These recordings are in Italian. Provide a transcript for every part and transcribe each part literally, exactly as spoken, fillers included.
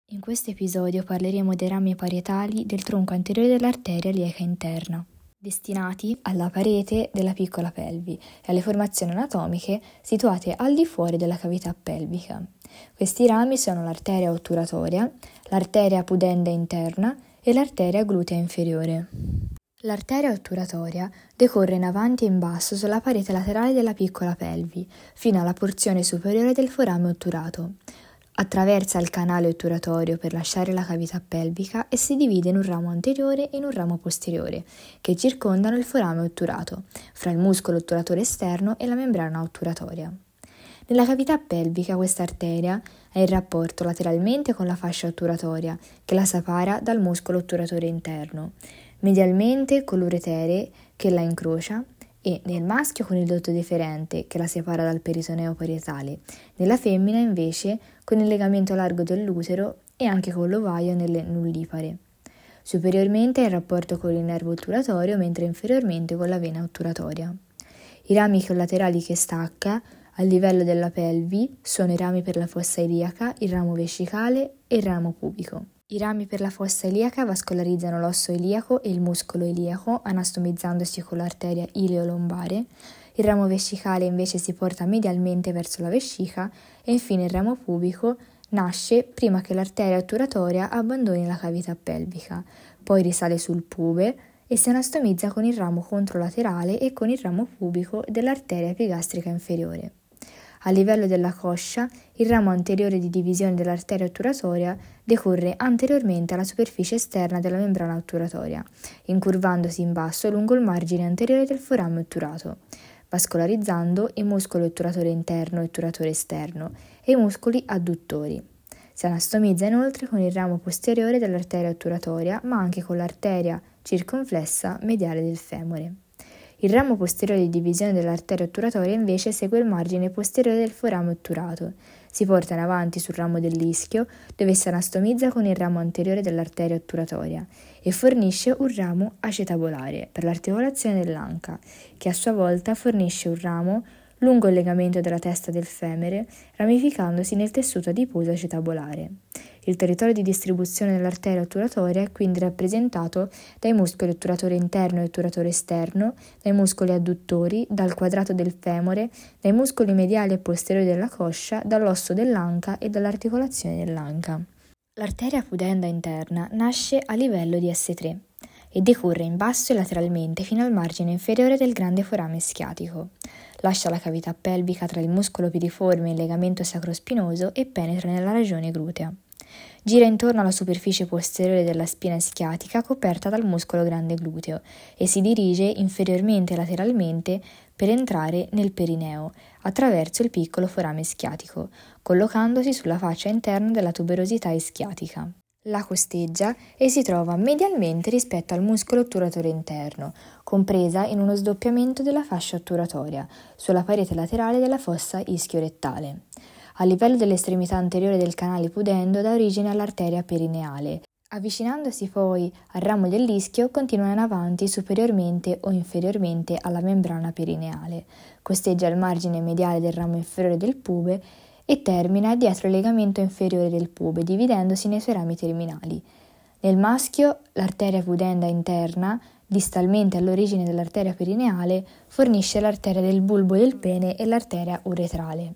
In questo episodio parleremo dei rami parietali del tronco anteriore dell'arteria ilioica interna, destinati alla parete della piccola pelvi e alle formazioni anatomiche situate al di fuori della cavità pelvica. Questi rami sono l'arteria otturatoria, l'arteria pudenda interna e l'arteria glutea inferiore. L'arteria otturatoria decorre in avanti e in basso sulla parete laterale della piccola pelvi, fino alla porzione superiore del forame otturato. Attraversa il canale otturatorio per lasciare la cavità pelvica e si divide in un ramo anteriore e in un ramo posteriore, che circondano il forame otturato, fra il muscolo otturatore esterno e la membrana otturatoria. Nella cavità pelvica questa arteria ha il rapporto lateralmente con la fascia otturatoria, che la separa dal muscolo otturatore interno, medialmente con l'uretere che la incrocia, e nel maschio con il dotto deferente che la separa dal peritoneo parietale, nella femmina invece con il legamento largo dell'utero e anche con l'ovaio nelle nullipare. Superiormente è il rapporto con il nervo otturatorio, mentre inferiormente con la vena otturatoria. I rami collaterali che stacca al livello della pelvi sono i rami per la fossa iliaca, il ramo vescicale e il ramo pubico. I rami per la fossa iliaca vascolarizzano l'osso iliaco e il muscolo iliaco, anastomizzandosi con l'arteria ileo-lombare. Il ramo vescicale invece si porta medialmente verso la vescica e infine il ramo pubico nasce prima che l'arteria otturatoria abbandoni la cavità pelvica, poi risale sul pube e si anastomizza con il ramo controlaterale e con il ramo pubico dell'arteria epigastrica inferiore. A livello della coscia, il ramo anteriore di divisione dell'arteria otturatoria decorre anteriormente alla superficie esterna della membrana otturatoria, incurvandosi in basso lungo il margine anteriore del forame otturato, vascolarizzando i muscoli otturatore interno e otturatore esterno e i muscoli adduttori. Si anastomizza inoltre con il ramo posteriore dell'arteria otturatoria, ma anche con l'arteria circonflessa mediale del femore. Il ramo posteriore di divisione dell'arteria otturatoria invece segue il margine posteriore del forame otturato, si porta in avanti sul ramo dell'ischio, dove si anastomizza con il ramo anteriore dell'arteria otturatoria e fornisce un ramo acetabolare per l'articolazione dell'anca, che a sua volta fornisce un ramo lungo il legamento della testa del femore, ramificandosi nel tessuto adiposo acetabolare. Il territorio di distribuzione dell'arteria otturatoria è quindi rappresentato dai muscoli otturatore interno e otturatore esterno, dai muscoli adduttori, dal quadrato del femore, dai muscoli mediali e posteriori della coscia, dall'osso dell'anca e dall'articolazione dell'anca. L'arteria pudenda interna nasce a livello di esse tre e decorre in basso e lateralmente fino al margine inferiore del grande forame schiatico. Lascia la cavità pelvica tra il muscolo piriforme e il legamento sacrospinoso e penetra nella regione glutea. Gira intorno alla superficie posteriore della spina schiatica coperta dal muscolo grande gluteo e si dirige inferiormente e lateralmente per entrare nel perineo attraverso il piccolo forame schiatico, collocandosi sulla faccia interna della tuberosità ischiatica. La costeggia e si trova medialmente rispetto al muscolo otturatore interno, compresa in uno sdoppiamento della fascia otturatoria, sulla parete laterale della fossa ischio-rettale. A livello dell'estremità anteriore del canale pudendo dà origine all'arteria perineale. Avvicinandosi poi al ramo dell'ischio continua in avanti superiormente o inferiormente alla membrana perineale, costeggia il margine mediale del ramo inferiore del pube e termina dietro il legamento inferiore del pube, dividendosi nei suoi rami terminali. Nel maschio, l'arteria pudenda interna, distalmente all'origine dell'arteria perineale, fornisce l'arteria del bulbo del pene e l'arteria uretrale,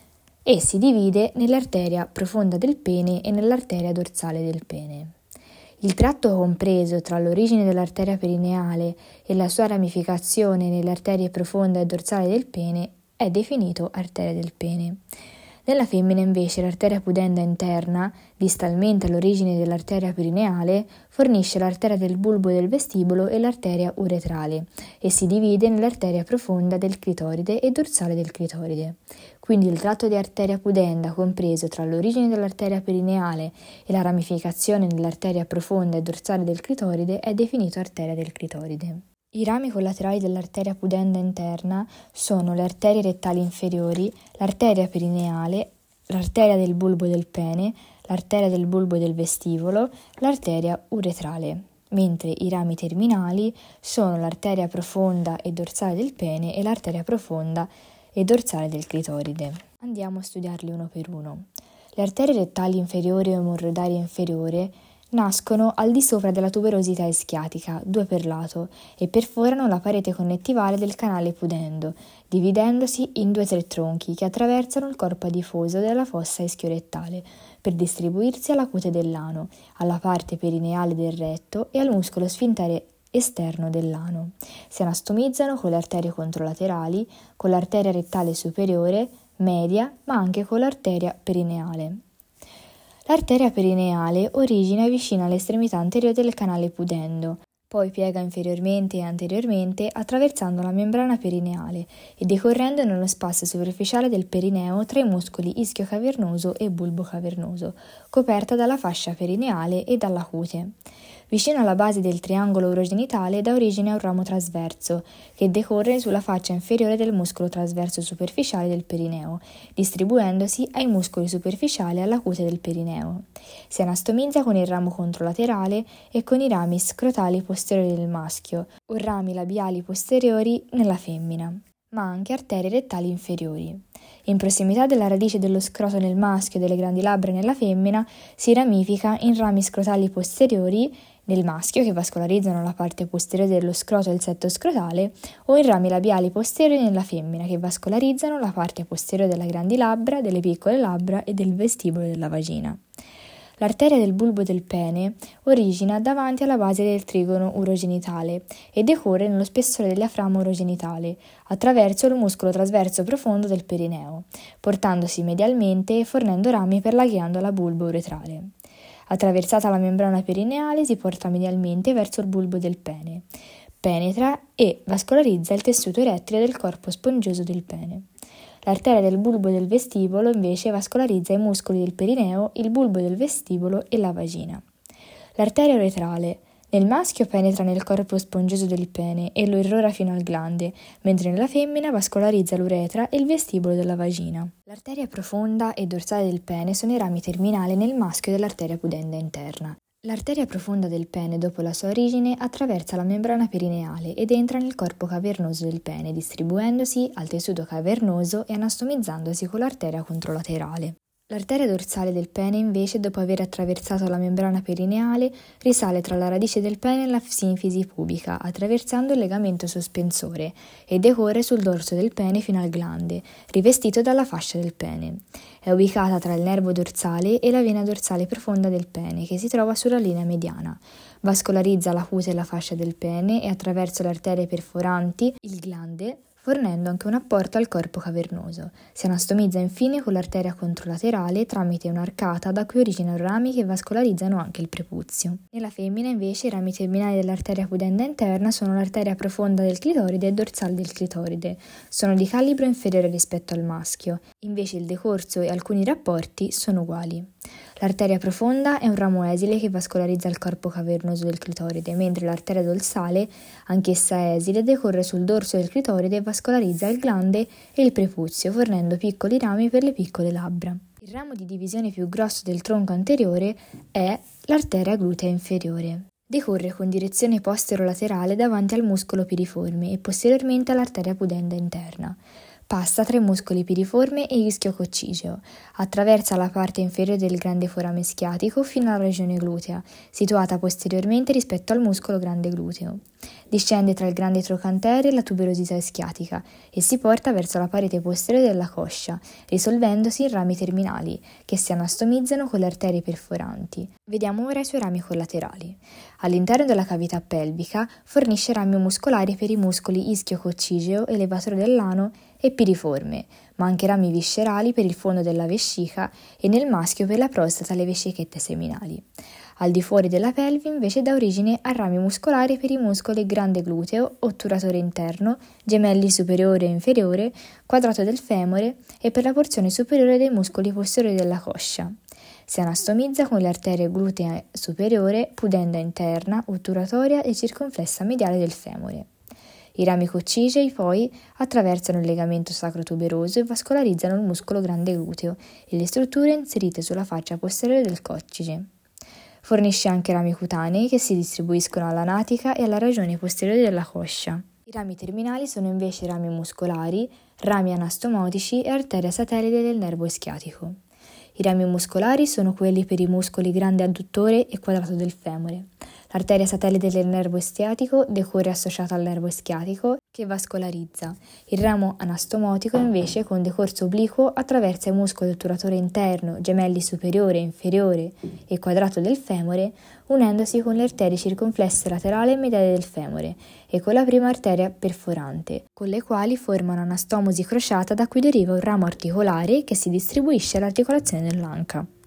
e si divide nell'arteria profonda del pene e nell'arteria dorsale del pene. Il tratto compreso tra l'origine dell'arteria perineale e la sua ramificazione nelle arterie profonda e dorsale del pene è definito arteria del pene. Nella femmina invece l'arteria pudenda interna, distalmente all'origine dell'arteria perineale, fornisce l'arteria del bulbo del vestibolo e l'arteria uretrale e si divide nell'arteria profonda del clitoride e dorsale del clitoride. Quindi il tratto di arteria pudenda compreso tra l'origine dell'arteria perineale e la ramificazione nell'arteria profonda e dorsale del clitoride è definito arteria del clitoride. I rami collaterali dell'arteria pudenda interna sono le arterie rettali inferiori, l'arteria perineale, l'arteria del bulbo del pene, l'arteria del bulbo del vestibolo, l'arteria uretrale, mentre i rami terminali sono l'arteria profonda e dorsale del pene e l'arteria profonda e dorsale del clitoride. Andiamo a studiarli uno per uno. Le arterie rettali inferiore e emorroidaria inferiore nascono al di sopra della tuberosità ischiatica, due per lato, e perforano la parete connettivale del canale pudendo, dividendosi in due o tre tronchi che attraversano il corpo adiposo della fossa ischiorettale per distribuirsi alla cute dell'ano, alla parte perineale del retto e al muscolo sfintere esterno dell'ano. Si anastomizzano con le arterie controlaterali, con l'arteria rettale superiore, media, ma anche con l'arteria perineale. L'arteria perineale origina vicino all'estremità anteriore del canale pudendo, poi piega inferiormente e anteriormente attraversando la membrana perineale e decorrendo nello spazio superficiale del perineo tra i muscoli ischio-cavernoso e bulbo-cavernoso, coperta dalla fascia perineale e dalla cute. Vicino alla base del triangolo urogenitale dà origine a un ramo trasverso, che decorre sulla faccia inferiore del muscolo trasverso superficiale del perineo, distribuendosi ai muscoli superficiali alla cute del perineo. Si anastomizza con il ramo controlaterale e con i rami scrotali posteriori del maschio, o rami labiali posteriori nella femmina, ma anche arterie rettali inferiori. In prossimità della radice dello scroto nel maschio e delle grandi labbra nella femmina si ramifica in rami scrotali posteriori nel maschio che vascolarizzano la parte posteriore dello scroto e il setto scrotale, o in rami labiali posteriori nella femmina che vascolarizzano la parte posteriore delle grandi labbra, delle piccole labbra e del vestibolo della vagina. L'arteria del bulbo del pene origina davanti alla base del trigono urogenitale e decorre nello spessore del diaframma urogenitale, attraverso il muscolo trasverso profondo del perineo, portandosi medialmente e fornendo rami per la ghiandola bulbo-uretrale. Attraversata la membrana perineale si porta medialmente verso il bulbo del pene, penetra e vascolarizza il tessuto erettile del corpo spongioso del pene. L'arteria del bulbo del vestibolo invece vascolarizza i muscoli del perineo, il bulbo del vestibolo e la vagina. L'arteria uretrale nel maschio penetra nel corpo spongioso del pene e lo irrora fino al glande, mentre nella femmina vascolarizza l'uretra e il vestibolo della vagina. L'arteria profonda e dorsale del pene sono i rami terminali nel maschio dell'arteria pudenda interna. L'arteria profonda del pene, dopo la sua origine, attraversa la membrana perineale ed entra nel corpo cavernoso del pene, distribuendosi al tessuto cavernoso e anastomizzandosi con l'arteria controlaterale. L'arteria dorsale del pene, invece, dopo aver attraversato la membrana perineale, risale tra la radice del pene e la sinfisi pubica, attraversando il legamento sospensore, e decorre sul dorso del pene fino al glande, rivestito dalla fascia del pene. È ubicata tra il nervo dorsale e la vena dorsale profonda del pene, che si trova sulla linea mediana. Vascolarizza la cute e la fascia del pene e attraverso le arterie perforanti il glande, fornendo anche un apporto al corpo cavernoso. Si anastomizza infine con l'arteria controlaterale tramite un'arcata da cui originano rami che vascolarizzano anche il prepuzio. Nella femmina invece i rami terminali dell'arteria pudenda interna sono l'arteria profonda del clitoride e dorsale del clitoride. Sono di calibro inferiore rispetto al maschio, invece il decorso e alcuni rapporti sono uguali. L'arteria profonda è un ramo esile che vascolarizza il corpo cavernoso del clitoride, mentre l'arteria dorsale, anch'essa esile, decorre sul dorso del clitoride e vascolarizza il glande e il prepuzio, fornendo piccoli rami per le piccole labbra. Il ramo di divisione più grosso del tronco anteriore è l'arteria glutea inferiore. Decorre con direzione posterolaterale davanti al muscolo piriforme e posteriormente all'arteria pudenda interna. Passa tra i muscoli piriforme e ischio-coccigeo, attraversa la parte inferiore del grande forame schiatico fino alla regione glutea, situata posteriormente rispetto al muscolo grande gluteo. Discende tra il grande trochantere e la tuberosità ischiatica e si porta verso la parete posteriore della coscia, risolvendosi in rami terminali, che si anastomizzano con le arterie perforanti. Vediamo ora i suoi rami collaterali. All'interno della cavità pelvica fornisce rami muscolari per i muscoli ischio-coccigeo, elevatore dell'ano e piriforme, ma anche rami viscerali per il fondo della vescica e nel maschio per la prostata e le vescichette seminali. Al di fuori della pelvi invece dà origine a rami muscolari per i muscoli grande gluteo, otturatore interno, gemelli superiore e inferiore, quadrato del femore e per la porzione superiore dei muscoli posteriori della coscia. Si anastomizza con le arterie glutea superiore, pudenda interna, otturatoria e circonflessa mediale del femore. I rami coccigei poi attraversano il legamento sacro-tuberoso e vascolarizzano il muscolo grande gluteo e le strutture inserite sulla faccia posteriore del coccige. Fornisce anche rami cutanei che si distribuiscono alla natica e alla regione posteriore della coscia. I rami terminali sono invece rami muscolari, rami anastomotici e arteria satellite del nervo ischiatico. I rami muscolari sono quelli per i muscoli grande adduttore e quadrato del femore. L'arteria satellite del nervo ischiatico decorre associata al nervo ischiatico che vascolarizza. Il ramo anastomotico invece con decorso obliquo attraversa i muscoli otturatore interno, gemelli superiore, inferiore e quadrato del femore, unendosi con le arterie circonflesse laterale e mediale del femore e con la prima arteria perforante, con le quali formano anastomosi crociata da cui deriva un ramo articolare che si distribuisce all'articolazione dell'anca.